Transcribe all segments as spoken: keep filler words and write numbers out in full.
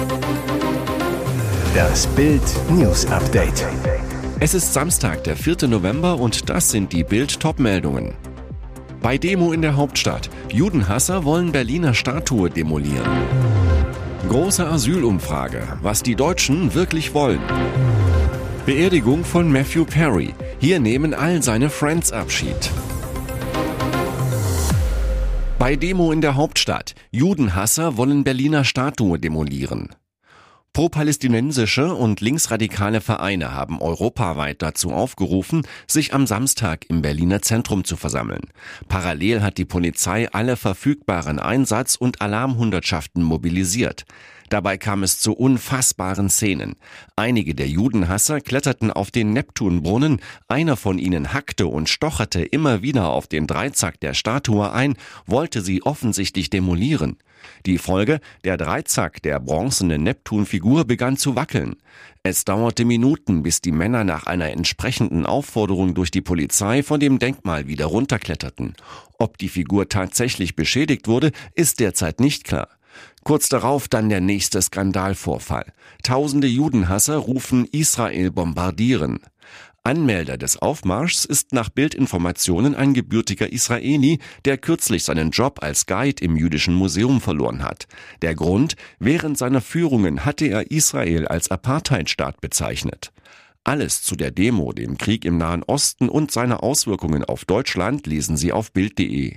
Das Bild News Update. Es ist Samstag, der vierte November und das sind die Bild-Top-Meldungen. Bei Demo in der Hauptstadt. Judenhasser wollen Berliner Statue demolieren. Große Asylumfrage. Was die Deutschen wirklich wollen. Beerdigung von Matthew Perry. Hier nehmen all seine Friends Abschied. Bei Demo in der Hauptstadt. Judenhasser wollen Berliner Statue demolieren. Pro-palästinensische und linksradikale Vereine haben europaweit dazu aufgerufen, sich am Samstag im Berliner Zentrum zu versammeln. Parallel hat die Polizei alle verfügbaren Einsatz- und Alarmhundertschaften mobilisiert. Dabei kam es zu unfassbaren Szenen. Einige der Judenhasser kletterten auf den Neptunbrunnen, einer von ihnen hackte und stocherte immer wieder auf den Dreizack der Statue ein, wollte sie offensichtlich demolieren. Die Folge: Der Dreizack der bronzenen Neptunfigur begann zu wackeln. Es dauerte Minuten, bis die Männer nach einer entsprechenden Aufforderung durch die Polizei von dem Denkmal wieder runterkletterten. Ob die Figur tatsächlich beschädigt wurde, ist derzeit nicht klar. Kurz darauf dann der nächste Skandalvorfall. Tausende Judenhasser rufen Israel bombardieren. Anmelder des Aufmarschs ist nach Bildinformationen ein gebürtiger Israeli, der kürzlich seinen Job als Guide im Jüdischen Museum verloren hat. Der Grund: Während seiner Führungen hatte er Israel als Apartheidstaat bezeichnet. Alles zu der Demo, dem Krieg im Nahen Osten und seine Auswirkungen auf Deutschland lesen Sie auf bild punkt de.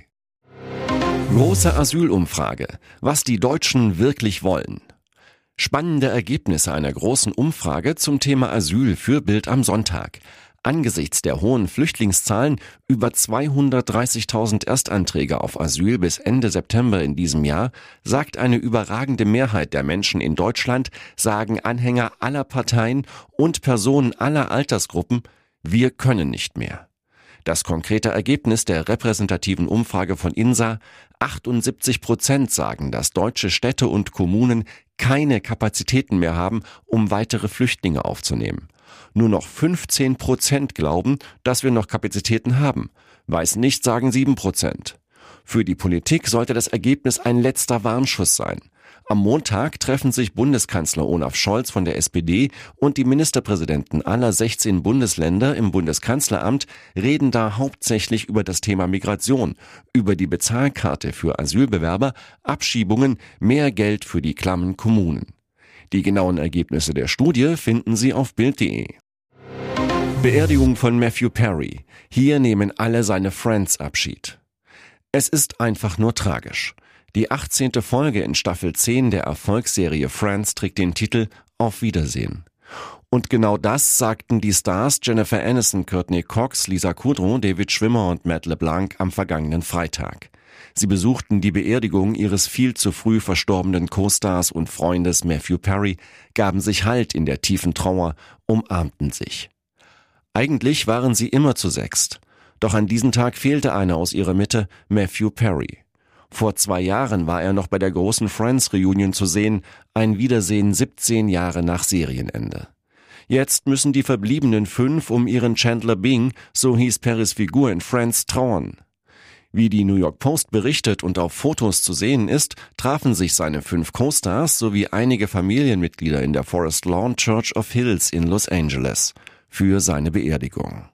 Große Asylumfrage. Was die Deutschen wirklich wollen. Spannende Ergebnisse einer großen Umfrage zum Thema Asyl für Bild am Sonntag. Angesichts der hohen Flüchtlingszahlen, über zweihundertdreißigtausend Erstanträge auf Asyl bis Ende September in diesem Jahr, sagt eine überragende Mehrheit der Menschen in Deutschland, sagen Anhänger aller Parteien und Personen aller Altersgruppen: Wir können nicht mehr. Das konkrete Ergebnis der repräsentativen Umfrage von INSA: achtundsiebzig Prozent sagen, dass deutsche Städte und Kommunen keine Kapazitäten mehr haben, um weitere Flüchtlinge aufzunehmen. Nur noch fünfzehn Prozent glauben, dass wir noch Kapazitäten haben. Weiß nicht, sagen sieben Prozent. Für die Politik sollte das Ergebnis ein letzter Warnschuss sein. Am Montag treffen sich Bundeskanzler Olaf Scholz von der S P D und die Ministerpräsidenten aller sechzehn Bundesländer im Bundeskanzleramt, reden da hauptsächlich über das Thema Migration, über die Bezahlkarte für Asylbewerber, Abschiebungen, mehr Geld für die klammen Kommunen. Die genauen Ergebnisse der Studie finden Sie auf bild punkt de. Beerdigung von Matthew Perry. Hier nehmen alle seine Friends Abschied. Es ist einfach nur tragisch. Die achtzehnte Folge in Staffel zehn der Erfolgsserie Friends trägt den Titel Auf Wiedersehen. Und genau das sagten die Stars Jennifer Aniston, Courtney Cox, Lisa Kudrow, David Schwimmer und Matt LeBlanc am vergangenen Freitag. Sie besuchten die Beerdigung ihres viel zu früh verstorbenen Co-Stars und Freundes Matthew Perry, gaben sich Halt in der tiefen Trauer, umarmten sich. Eigentlich waren sie immer zu sechst. Doch an diesem Tag fehlte einer aus ihrer Mitte, Matthew Perry. Vor zwei Jahren war er noch bei der großen Friends-Reunion zu sehen, ein Wiedersehen siebzehn Jahre nach Serienende. Jetzt müssen die verbliebenen fünf um ihren Chandler Bing, so hieß Perrys Figur in Friends, trauern. Wie die New York Post berichtet und auf Fotos zu sehen ist, trafen sich seine fünf Co-Stars sowie einige Familienmitglieder in der Forest Lawn Church of Hills in Los Angeles für seine Beerdigung.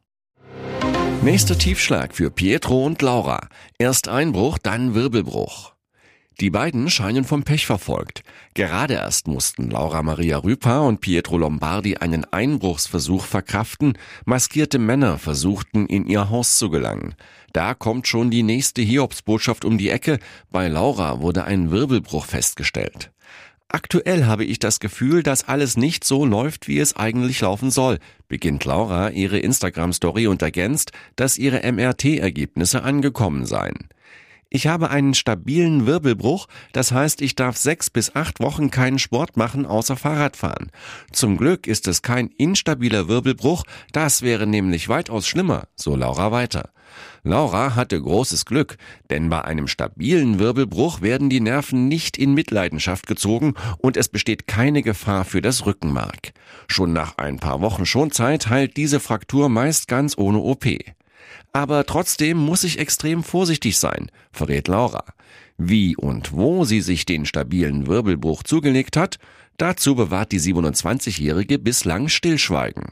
Nächster Tiefschlag für Pietro und Laura. Erst Einbruch, dann Wirbelbruch. Die beiden scheinen vom Pech verfolgt. Gerade erst mussten Laura Maria Rüper und Pietro Lombardi einen Einbruchsversuch verkraften. Maskierte Männer versuchten, in ihr Haus zu gelangen. Da kommt schon die nächste Hiobsbotschaft um die Ecke. Bei Laura wurde ein Wirbelbruch festgestellt. Aktuell habe ich das Gefühl, dass alles nicht so läuft, wie es eigentlich laufen soll, beginnt Laura ihre Instagram-Story und ergänzt, dass ihre M R T-Ergebnisse angekommen seien. Ich habe einen stabilen Wirbelbruch, das heißt, ich darf sechs bis acht Wochen keinen Sport machen, außer Fahrradfahren. Zum Glück ist es kein instabiler Wirbelbruch, das wäre nämlich weitaus schlimmer, so Laura weiter. Laura hatte großes Glück, denn bei einem stabilen Wirbelbruch werden die Nerven nicht in Mitleidenschaft gezogen und es besteht keine Gefahr für das Rückenmark. Schon nach ein paar Wochen Schonzeit heilt diese Fraktur meist ganz ohne O P. Aber trotzdem muss ich extrem vorsichtig sein, verrät Laura. Wie und wo sie sich den stabilen Wirbelbruch zugelegt hat, dazu bewahrt die siebenundzwanzigjährige bislang Stillschweigen.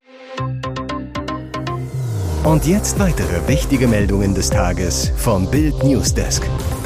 Und jetzt weitere wichtige Meldungen des Tages vom Bild Newsdesk.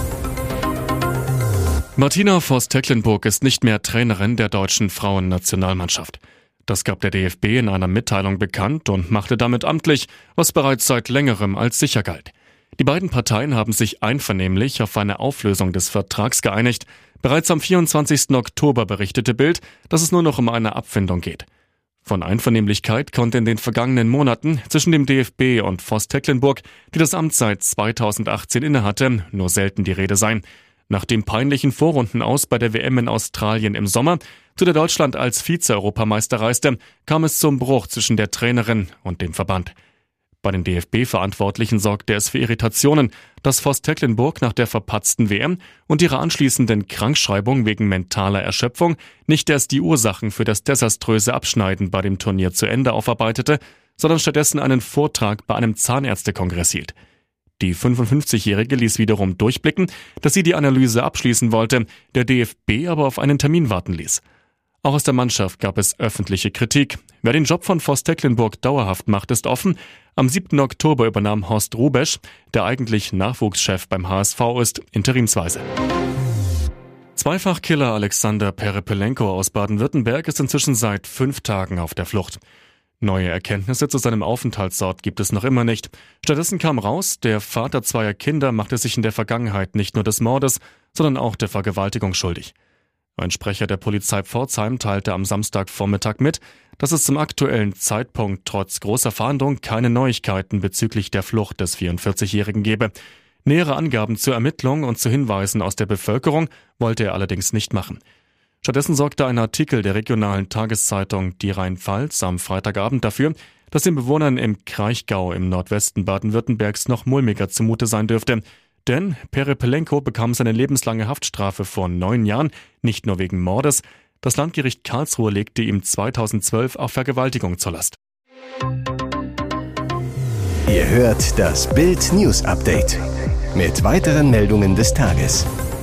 Martina Voss-Tecklenburg ist nicht mehr Trainerin der deutschen Frauennationalmannschaft. Das gab der D F B in einer Mitteilung bekannt und machte damit amtlich, was bereits seit längerem als sicher galt. Die beiden Parteien haben sich einvernehmlich auf eine Auflösung des Vertrags geeinigt. Bereits am vierundzwanzigsten Oktober berichtete Bild, dass es nur noch um eine Abfindung geht. Von Einvernehmlichkeit konnte in den vergangenen Monaten zwischen dem D F B und Voss-Tecklenburg, die das Amt seit zweitausendachtzehn innehatte, nur selten die Rede sein. Nach dem peinlichen Vorrundenaus bei der W M in Australien im Sommer, zu der Deutschland als Vize-Europameister reiste, kam es zum Bruch zwischen der Trainerin und dem Verband. Bei den D F B-Verantwortlichen sorgte es für Irritationen, dass Voss-Tecklenburg nach der verpatzten W M und ihrer anschließenden Krankschreibung wegen mentaler Erschöpfung nicht erst die Ursachen für das desaströse Abschneiden bei dem Turnier zu Ende aufarbeitete, sondern stattdessen einen Vortrag bei einem Zahnärztekongress hielt. Die fünfundfünfzigjährige ließ wiederum durchblicken, dass sie die Analyse abschließen wollte, der D F B aber auf einen Termin warten ließ. Auch aus der Mannschaft gab es öffentliche Kritik. Wer den Job von Voss-Tecklenburg dauerhaft macht, ist offen. Am siebten Oktober übernahm Horst Rubesch, der eigentlich Nachwuchschef beim H S V ist, interimsweise. Zweifachkiller Alexander Perepelenko aus Baden-Württemberg ist inzwischen seit fünf Tagen auf der Flucht. Neue Erkenntnisse zu seinem Aufenthaltsort gibt es noch immer nicht. Stattdessen kam raus, der Vater zweier Kinder machte sich in der Vergangenheit nicht nur des Mordes, sondern auch der Vergewaltigung schuldig. Ein Sprecher der Polizei Pforzheim teilte am Samstagvormittag mit, dass es zum aktuellen Zeitpunkt trotz großer Fahndung keine Neuigkeiten bezüglich der Flucht des vierundvierzigjährigen gebe. Nähere Angaben zur Ermittlung und zu Hinweisen aus der Bevölkerung wollte er allerdings nicht machen. Stattdessen sorgte ein Artikel der regionalen Tageszeitung Die Rheinpfalz am Freitagabend dafür, dass den Bewohnern im Kraichgau im Nordwesten Baden-Württembergs noch mulmiger zumute sein dürfte. Denn Perepelenko bekam seine lebenslange Haftstrafe vor neun Jahren, nicht nur wegen Mordes. Das Landgericht Karlsruhe legte ihm zweitausendzwölf auch Vergewaltigung zur Last. Ihr hört das Bild News Update mit weiteren Meldungen des Tages.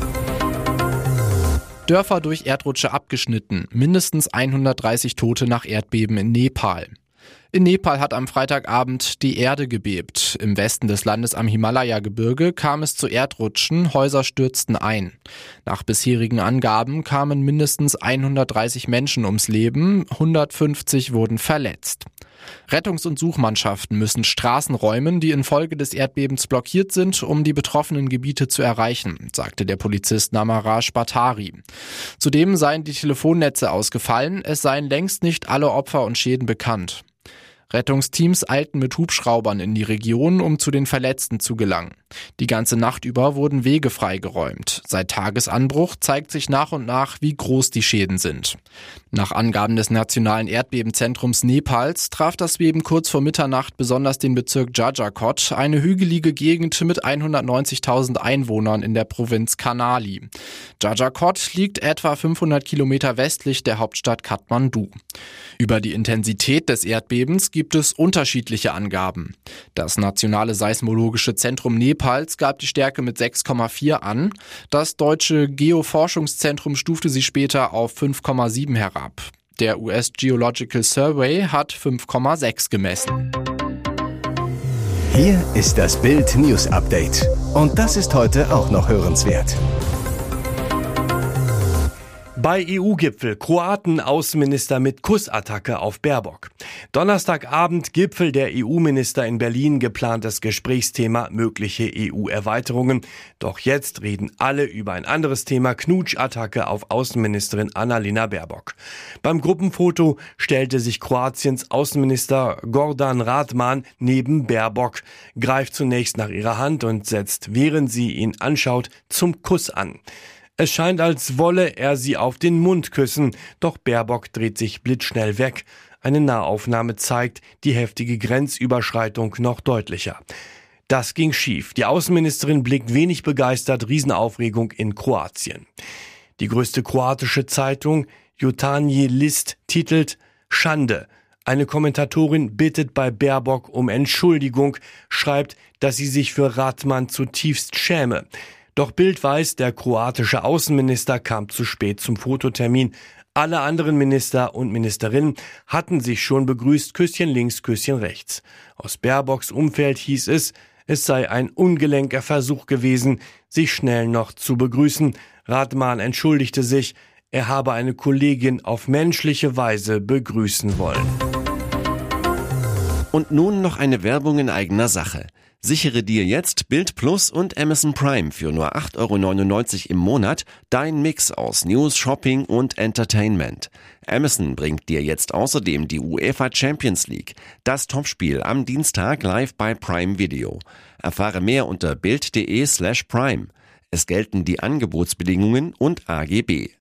Dörfer durch Erdrutsche abgeschnitten, mindestens hundertdreißig Tote nach Erdbeben in Nepal. In Nepal hat am Freitagabend die Erde gebebt. Im Westen des Landes am Himalaya-Gebirge kam es zu Erdrutschen, Häuser stürzten ein. Nach bisherigen Angaben kamen mindestens hundertdreißig Menschen ums Leben, hundertfünfzig wurden verletzt. Rettungs- und Suchmannschaften müssen Straßen räumen, die infolge des Erdbebens blockiert sind, um die betroffenen Gebiete zu erreichen, sagte der Polizist Namaraj Batari. Zudem seien die Telefonnetze ausgefallen, es seien längst nicht alle Opfer und Schäden bekannt. Rettungsteams eilten mit Hubschraubern in die Region, um zu den Verletzten zu gelangen. Die ganze Nacht über wurden Wege freigeräumt. Seit Tagesanbruch zeigt sich nach und nach, wie groß die Schäden sind. Nach Angaben des Nationalen Erdbebenzentrums Nepals traf das Beben kurz vor Mitternacht besonders den Bezirk Jajakot, eine hügelige Gegend mit hundertneunzigtausend Einwohnern in der Provinz Karnali. Jajakot liegt etwa fünfhundert Kilometer westlich der Hauptstadt Kathmandu. Über die Intensität des Erdbebens gibt es unterschiedliche Angaben. Das Nationale Seismologische Zentrum Nepals gab die Stärke mit sechs Komma vier an. Das deutsche Geoforschungszentrum stufte sie später auf fünf Komma sieben herab. Der U S Geological Survey hat fünf Komma sechs gemessen. Hier ist das Bild News Update. Und das ist heute auch noch hörenswert. Bei E U-Gipfel Kroaten-Außenminister mit Kussattacke auf Baerbock. Donnerstagabend Gipfel der E U-Minister in Berlin, geplantes Gesprächsthema mögliche E U-Erweiterungen. Doch jetzt reden alle über ein anderes Thema, Knutschattacke auf Außenministerin Annalena Baerbock. Beim Gruppenfoto stellte sich Kroatiens Außenminister Gordan Radman neben Baerbock, greift zunächst nach ihrer Hand und setzt, während sie ihn anschaut, zum Kuss an. Es scheint, als wolle er sie auf den Mund küssen, doch Baerbock dreht sich blitzschnell weg. Eine Nahaufnahme zeigt die heftige Grenzüberschreitung noch deutlicher. Das ging schief. Die Außenministerin blickt wenig begeistert, Riesenaufregung in Kroatien. Die größte kroatische Zeitung, Jutarnji List, titelt Schande. Eine Kommentatorin bittet bei Baerbock um Entschuldigung, schreibt, dass sie sich für Radman zutiefst schäme. Doch Bild weiß, der kroatische Außenminister kam zu spät zum Fototermin. Alle anderen Minister und Ministerinnen hatten sich schon begrüßt, Küsschen links, Küsschen rechts. Aus Baerbocks Umfeld hieß es, es sei ein ungelenker Versuch gewesen, sich schnell noch zu begrüßen. Radman entschuldigte sich, er habe eine Kollegin auf menschliche Weise begrüßen wollen. Und nun noch eine Werbung in eigener Sache. Sichere dir jetzt Bild Plus und Amazon Prime für nur acht Euro neunundneunzig im Monat, dein Mix aus News, Shopping und Entertainment. Amazon bringt dir jetzt außerdem die UEFA Champions League, das Topspiel am Dienstag live bei Prime Video. Erfahre mehr unter bild.de slash prime. Es gelten die Angebotsbedingungen und A G B.